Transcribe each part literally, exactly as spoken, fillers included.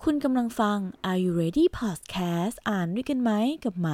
คุณกำลังฟัง Are You Ready Podcast อ่านด้วยกันไหมกับไหม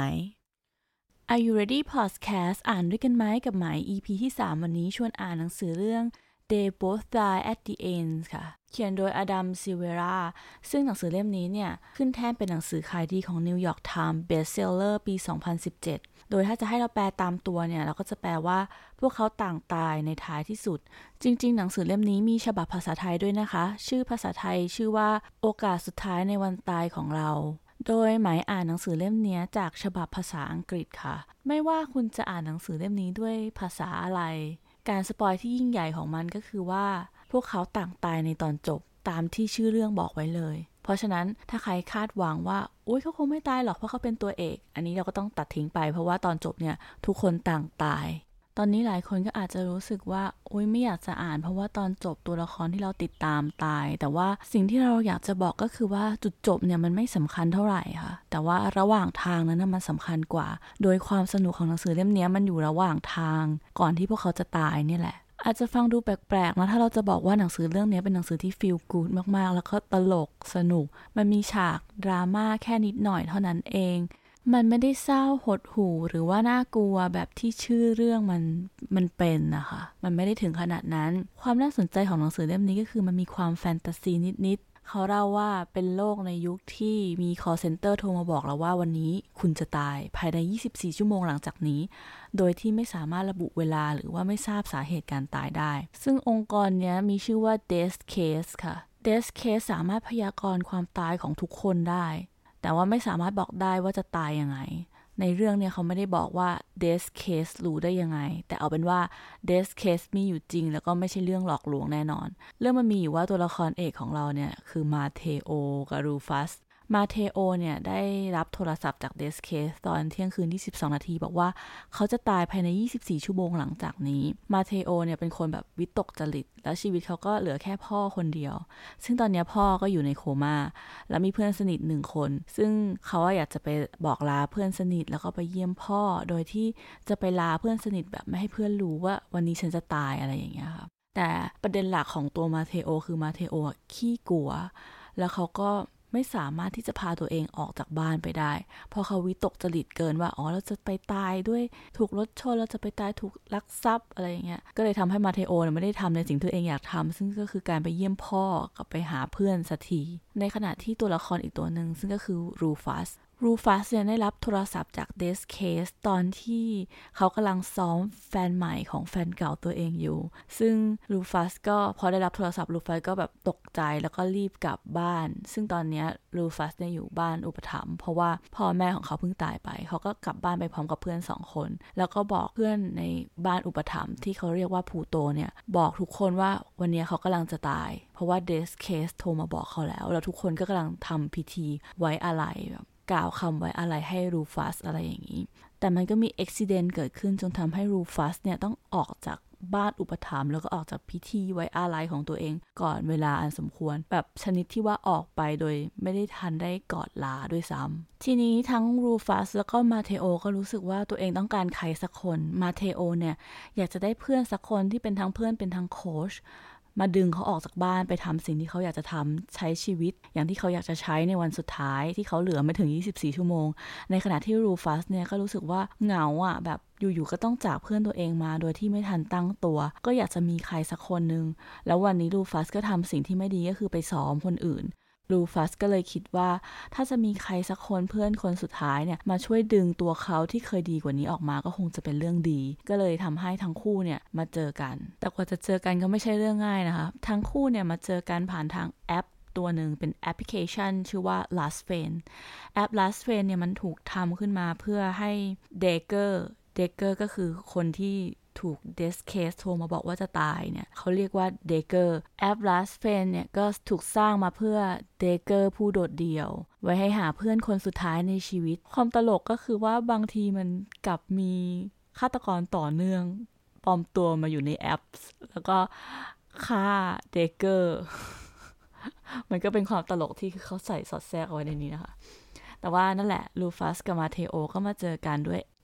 Are You Ready Podcast อ่านด้วยกันไหมกับไหม อี พี ที่สามวันนี้ชวนอ่านหนังสือเรื่อง They Both Die at the End ค่ะเขียนโดยอดัม ซิลเวราซึ่งหนังสือเล่มนี้เนี่ยขึ้นแท่นเป็นหนังสือขายดีของ New York Times Bestseller ปี สองพันสิบเจ็ด โดยถ้าจะให้เราแปลตามตัวเนี่ยเราก็จะแปลว่าพวกเขาต่างตายในท้ายที่สุดจริงๆหนังสือเล่มนี้มีฉบับภาษาไทยด้วยนะคะชื่อภาษาไทยชื่อว่าโอกาสสุดท้ายในวันตายของเราโดยหมายอ่านหนังสือเล่มนี้จากฉบับภาษาอังกฤษค่ะไม่ว่าคุณจะอ่านหนังสือเล่มนี้ด้วยภาษาอะไรการสปอยที่ยิ่งใหญ่ของมันก็คือว่าพวกเขาต่างตายในตอนจบตามที่ชื่อเรื่องบอกไว้เลยเพราะฉะนั้นถ้าใครคาดหวังว่าโอ๊ยเขาคงไม่ตายหรอกเพราะเขาเป็นตัวเอกอันนี้เราก็ต้องตัดทิ้งไปเพราะว่าตอนจบเนี่ยทุกคนต่างตายตอนนี้หลายคนก็อาจจะรู้สึกว่าโอ๊ยไม่อยากจะอ่านเพราะว่าตอนจบตัวละครที่เราติดตามตายแต่ว่าสิ่งที่เราอยากจะบอกก็คือว่าจุดจบเนี่ยมันไม่สำคัญเท่าไหร่ค่ะแต่ว่าระหว่างทางนั้นมันสำคัญกว่าโดยความสนุกของหนังสือเล่มนี้มันอยู่ระหว่างทางก่อนที่พวกเขาจะตายนี่แหละอาจจะฟังดูแปลกๆนะถ้าเราจะบอกว่าหนังสือเรื่องนี้เป็นหนังสือที่ฟีลกู๊ดมากๆแล้วก็ตลกสนุกมันมีฉากดราม่าแค่นิดหน่อยเท่านั้นเองมันไม่ได้เศร้าหดหู่หรือว่าน่ากลัวแบบที่ชื่อเรื่องมันมันเป็นนะคะมันไม่ได้ถึงขนาดนั้นความน่าสนใจของหนังสือเล่มนี้ก็คือมันมีความแฟนตาซีนิดๆเขาเล่าว่าเป็นโลกในยุคที่มี call center โทรมาบอกเราว่าวันนี้คุณจะตายภายในยี่สิบสี่ชั่วโมงหลังจากนี้โดยที่ไม่สามารถระบุเวลาหรือว่าไม่ทราบสาเหตุการตายได้ซึ่งองค์กรนี้มีชื่อว่า Death Case ค่ะ Death Case สามารถพยากรณ์ความตายของทุกคนได้แต่ว่าไม่สามารถบอกได้ว่าจะตายยังไงในเรื่องเนี่ยเขาไม่ได้บอกว่า Death Case รู้ได้ยังไงแต่เอาเป็นว่า Death Case มีอยู่จริงแล้วก็ไม่ใช่เรื่องหลอกลวงแน่นอนเรื่องมันมีอยู่ว่าตัวละครเอกของเราเนี่ยคือมาเทโอกับรูฟัสมาเทโอเนี่ยได้รับโทรศัพท์จาก Death Case ตอนเที่ยงคืนที่สิบสองนาทีบอกว่าเขาจะตายภายในยี่สิบสี่ชั่วโมงหลังจากนี้มาเทโอเนี่ยเป็นคนแบบวิตกจริตแล้วชีวิตเขาก็เหลือแค่พ่อคนเดียวซึ่งตอนนี้พ่อก็อยู่ในโคม่าแล้วมีเพื่อนสนิทหนึ่งคนซึ่งเขาอยากจะไปบอกลาเพื่อนสนิทแล้วก็ไปเยี่ยมพ่อโดยที่จะไปลาเพื่อนสนิทแบบไม่ให้เพื่อนรู้ว่าวันนี้ฉันจะตายอะไรอย่างเงี้ยค่ะแต่ประเด็นหลักของตัวมาเทโอคือมาเทโอขี้กลัวแล้วเขาก็ไม่สามารถที่จะพาตัวเองออกจากบ้านไปได้เพราะเขาวิตกจริตเกินว่าอ๋อเราจะไปตายด้วยถูกรถชนเราจะไปตายถูกลักทรัพย์อะไรอย่างเงี้ยก็เลยทำให้มาเทโอไม่ได้ทำในสิ่งที่ตัวเองอยากทำซึ่งก็คือการไปเยี่ยมพ่อกับไปหาเพื่อนสักทีในขณะที่ตัวละครอีกตัวหนึ่งซึ่งก็คือรูฟัสรูฟัสเนี่ยได้รับโทรศัพท์จาก Death Case ตอนที่เขากำลังซ้อมแฟนใหม่ของแฟนเก่าตัวเองอยู่ซึ่งรูฟัสก็พอได้รับโทรศัพท์รูฟัสก็แบบตกใจแล้วก็รีบกลับบ้านซึ่งตอนนี้รูฟัสเนี่ยอยู่บ้านอุปถัมภ์เพราะว่าพ่อแม่ของเขาเพิ่งตายไปเขาก็กลับบ้านไปพร้อมกับเพื่อนสองคนแล้วก็บอกเพื่อนในบ้านอุปถัมภ์ที่เขาเรียกว่าพูโตเนี่ยบอกทุกคนว่าวันนี้เขากำลังจะตายเพราะว่า Death Case โทรมาบอกเขาแล้วแล้วทุกคนก็กำลังทำพิธีไว้อาลัยแบบกล่าวคำไว้อะไรให้รูฟัสอะไรอย่างนี้แต่มันก็มีอุบัติเหตุเกิดขึ้นจนทำให้รูฟัสเนี่ยต้องออกจากบ้านอุปถัมภ์แล้วก็ออกจากพิธีไว้อาลัยของตัวเองก่อนเวลาอันสมควรแบบชนิดที่ว่าออกไปโดยไม่ได้ทันได้กอดลาด้วยซ้ำทีนี้ทั้งรูฟัสแล้วก็มาเทโอก็รู้สึกว่าตัวเองต้องการใครสักคนมาเทโอเนี่ยอยากจะได้เพื่อนสักคนที่เป็นทั้งเพื่อนเป็นทั้งโค้ชมาดึงเขาออกจากบ้านไปทำสิ่งที่เขาอยากจะทำใช้ชีวิตอย่างที่เขาอยากจะใช้ในวันสุดท้ายที่เขาเหลือไม่ถึงยี่สิบสี่ชั่วโมงในขณะที่รูฟัสเนี่ยก็รู้สึกว่าเหงาอ่ะแบบอยู่ๆก็ต้องจากเพื่อนตัวเองมาโดยที่ไม่ทันตั้งตัวก็อยากจะมีใครสักคนนึงแล้ววันนี้รูฟัสก็ทำสิ่งที่ไม่ดีก็คือไปซ้อมคนอื่นรูฟัสก็เลยคิดว่าถ้าจะมีใครสักคนเพื่อนคนสุดท้ายเนี่ยมาช่วยดึงตัวเขาที่เคยดีกว่านี้ออกมาก็คงจะเป็นเรื่องดีก็เลยทำให้ทั้งคู่เนี่ยมาเจอกันแต่กว่าจะเจอกันก็ไม่ใช่เรื่องง่ายนะคะทั้งคู่เนี่ยมาเจอกันผ่านทางแอปตัวหนึ่งเป็นแอปพลิเคชันชื่อว่า Last Friend แอป Last Friend เนี่ยมันถูกทำขึ้นมาเพื่อให้เดเกอร์เดเกอร์ก็คือคนที่ถูก Death Case โทรมาบอกว่าจะตายเนี่ยเขาเรียกว่าเดเกอร์แอป Last Friend เนี่ยก็ถูกสร้างมาเพื่อเดเกอร์ผู้โดดเดี่ยวไว้ให้หาเพื่อนคนสุดท้ายในชีวิตความตลกก็คือว่าบางทีมันกลับมีฆาตกรต่อเนื่องปลอมตัวมาอยู่ในแอปแล้วก็ฆ่าเดเกอร์มันก็เป็นความตลกที่เขาใส่สอดแทรกเอาไว้ในนี้นะคะแต่ว่านั่นแหละลูฟัสกับมาเทโอก็มาเจอกันด้วยแอป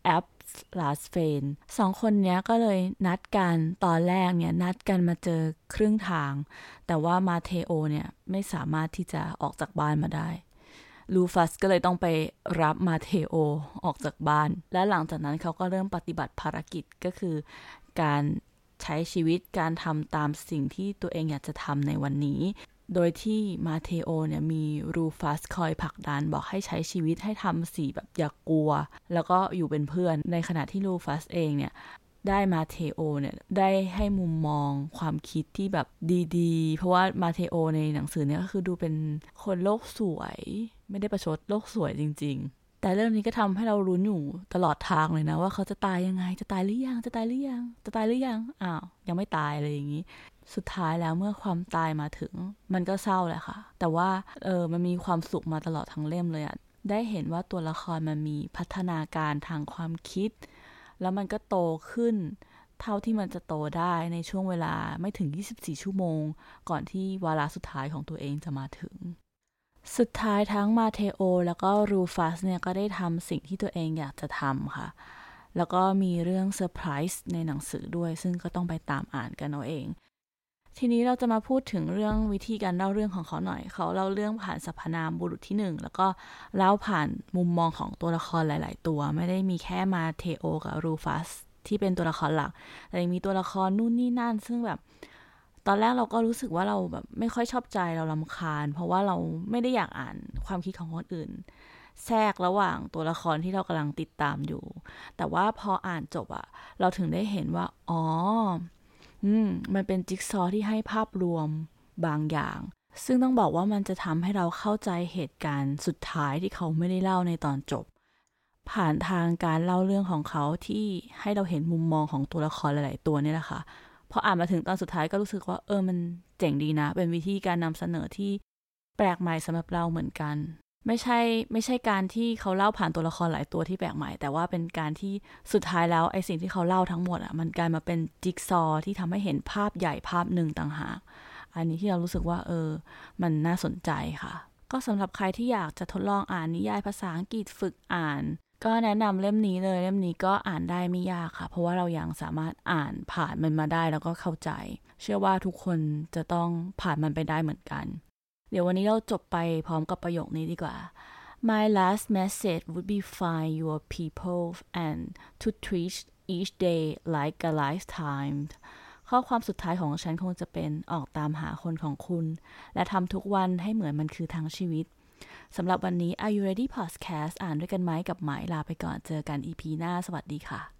last friend สองคนเนี้ยก็เลยนัดกันตอนแรกเนี่ยนัดกันมาเจอครึ่งทางแต่ว่ามาเทโอเนี่ยไม่สามารถที่จะออกจากบ้านมาได้ลูฟัสก็เลยต้องไปรับมาเทโอออกจากบ้านและหลังจากนั้นเขาก็เริ่มปฏิบัติภารกิจก็คือการใช้ชีวิตการทำตามสิ่งที่ตัวเองอยากจะทำในวันนี้โดยที่มาเทโอเนี่ยมีรูฟัสคอยผลักดันบอกให้ใช้ชีวิตให้ทำสิ่งแบบอย่ากกลัวแล้วก็อยู่เป็นเพื่อนในขณะที่รูฟัสเองเนี่ยได้มาเทโอเนี่ยได้ให้มุมมองความคิดที่แบบดีๆเพราะว่ามาเทโอในหนังสือเนี่ยก็คือดูเป็นคนโลกสวยไม่ได้ประชดโลกสวยจริงๆแต่เรื่องนี้ก็ทำให้เรารุ้นอยู่ตลอดทางเลยนะว่าเขาจะตายยังไงจะตายหรือยังจะตายหรือยังจะตายหรือยังอ้าวยังไม่ตายอะไรอย่างนี้สุดท้ายแล้วเมื่อความตายมาถึงมันก็เศร้าแหละค่ะแต่ว่าเออมันมีความสุขมาตลอดทั้งเล่มเลยอะได้เห็นว่าตัวละครมันมีพัฒนาการทางความคิดแล้วมันก็โตขึ้นเท่าที่มันจะโตได้ในช่วงเวลาไม่ถึงยี่สิบสี่ชั่วโมงก่อนที่วาระสุดท้ายของตัวเองจะมาถึงสุดท้ายทั้งมาเทโอแล้วก็รูฟัสเนี่ยก็ได้ทำสิ่งที่ตัวเองอยากจะทำค่ะแล้วก็มีเรื่องเซอร์ไพรส์ในหนังสือด้วยซึ่งก็ต้องไปตามอ่านกันเอาเองทีนี้เราจะมาพูดถึงเรื่องวิธีการเล่าเรื่องของเขาหน่อยเขาเล่าเรื่องผ่านสรรพนามบุรุษที่หนึ่งแล้วก็เล่าผ่านมุมมองของตัวละครหลายๆตัวไม่ได้มีแค่มาเทโอกับรูฟัสที่เป็นตัวละครหลักแต่ยังมีตัวละครนู่นนี่นั่นซึ่งแบบตอนแรกเราก็รู้สึกว่าเราแบบไม่ค่อยชอบใจเรารำคาญเพราะว่าเราไม่ได้อยากอ่านความคิดของคนอื่นแทรกระหว่างตัวละครที่เรากำลังติดตามอยู่แต่ว่าพออ่านจบอะเราถึงได้เห็นว่าอ๋ออืมมันเป็นจิ๊กซอว์ที่ให้ภาพรวมบางอย่างซึ่งต้องบอกว่ามันจะทำให้เราเข้าใจเหตุการณ์สุดท้ายที่เขาไม่ได้เล่าในตอนจบผ่านทางการเล่าเรื่องของเขาที่ให้เราเห็นมุมมองของตัวละครหลายๆตัวนี่แหละค่ะพออ่านมาถึงตอนสุดท้ายก็รู้สึกว่าเออมันเจ๋งดีนะเป็นวิธีการนำเสนอที่แปลกใหม่สำหรับเราเหมือนกันไม่ใช่ไม่ใช่การที่เขาเล่าผ่านตัวละครหลายตัวที่แปลกใหม่แต่ว่าเป็นการที่สุดท้ายแล้วไอ้สิ่งที่เขาเล่าทั้งหมดอ่ะมันกลายมาเป็นจิ๊กซอว์ที่ทำให้เห็นภาพใหญ่ภาพหนึ่งต่างหากอันนี้ที่เรารู้สึกว่าเออมันน่าสนใจค่ะก็สำหรับใครที่อยากจะทดลองอ่านนิยายภาษาอังกฤษฝึกอ่านก็แนะนำเล่มนี้เลยเล่มนี้ก็อ่านได้ไม่ยากค่ะเพราะว่าเรายังสามารถอ่านผ่านมันมาได้แล้วก็เข้าใจเชื่อว่าทุกคนจะต้องผ่านมันไปได้เหมือนกันเดี๋ยววันนี้เราจบไปพร้อมกับประโยคนี้ดีกว่า My last message would be find your people and to treat each day like a lifetime ข้อความสุดท้ายของฉันคงจะเป็นออกตามหาคนของคุณและทำทุกวันให้เหมือนมันคือทั้งชีวิตสำหรับวันนี้ Are You Ready Podcast อ่านด้วยกันไหมกับหมายลาไปก่อนเจอกัน อี พี หน้าสวัสดีค่ะ